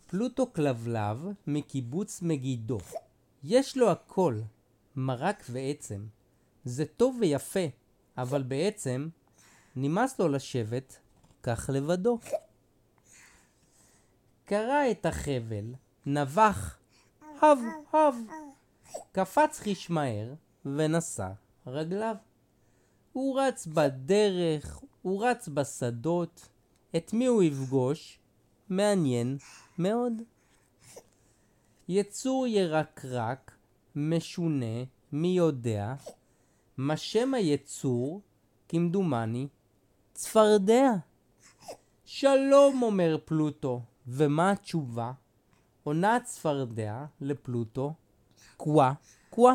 פלוטו כלבלב מקיבוץ מגידו. יש לו הכל, מרק ועצם. זה טוב ויפה, אבל בעצם נמאס לו לשבת כך לבדו. קרא את החבל, נבח, הב, הב. קפץ חיש מהר ונסע רגליו. הוא רץ בדרך, הוא רץ בשדות. את מי הוא יפגוש? מעניין מאוד. יצור ירקרק, משונה, מי יודע? מה שם היצור? כמדומני, צפרדע. שלום, אומר פלוטו. ומה התשובה? עונה הצפרדע לפלוטו, קווה, קווה.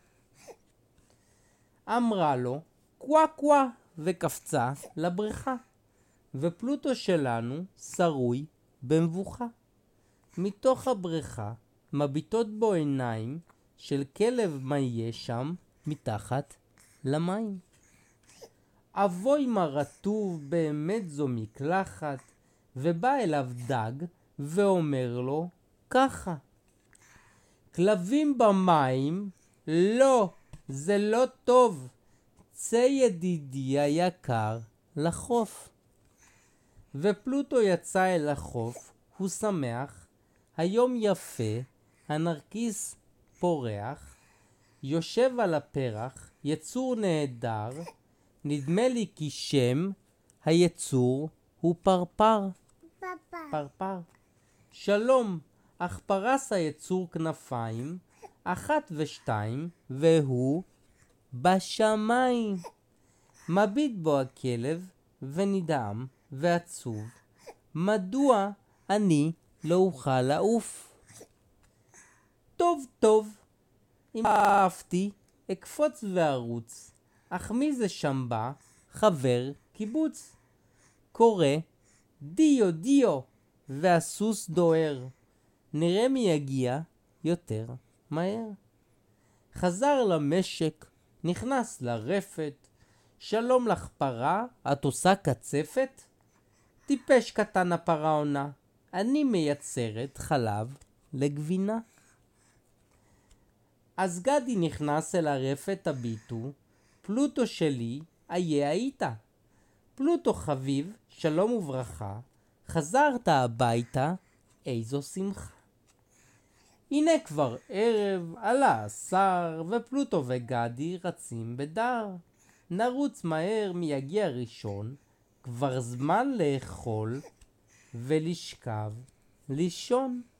אמרה לו, קווה, קווה, וקפצה לבריכה. ופלוטו שלנו שרוי במבוכה. מתוך הבריכה מביטות בו עיניים של כלב מה יש שם מתחת למים. אבוי מה רטוב, באמת זו מקלחת. ובא אליו דג ואומר לו ככה, כלבים במים? לא, זה לא טוב. צא ידידי היקר לחוף. ופלוטו יצא אל החוף, הוא שמח, היום יפה, הנרקיס פורח, יושב על הפרח, יצור נהדר, נדמה לי כי שם היצור הוא פרפר. פרפר. שלום, אך פרס היצור כנפיים, 1 ו2, והוא בשמיים. מביט בו הכלב ונדהם ועצוב. מדוע אני לא אוכל לעוף? טוב, טוב, אם אהבתי, אקפוץ וארוץ. אך מי זה שם בא? חבר קיבוץ. קורא, דיו, דיו, והסוס דוהר. נראה מי יגיע יותר מהר. חזר למשק, נכנס לרפת. שלום לך פרה, את עושה קצפת? טיפש קטן הפרה עונה, אני מייצרת חלב לגבינה. אז גדי נכנס אל הרפת הביטו, פלוטו שלי, איה היית? פלוטו חביב, שלום וברכה, חזרת הביתה, איזו שמחה. הנה כבר ערב, עלה השר, ופלוטו וגדי רצים בדר. נרוץ מהר מי יגיע ראשון, כבר זמן לאכול ולשכב לישון.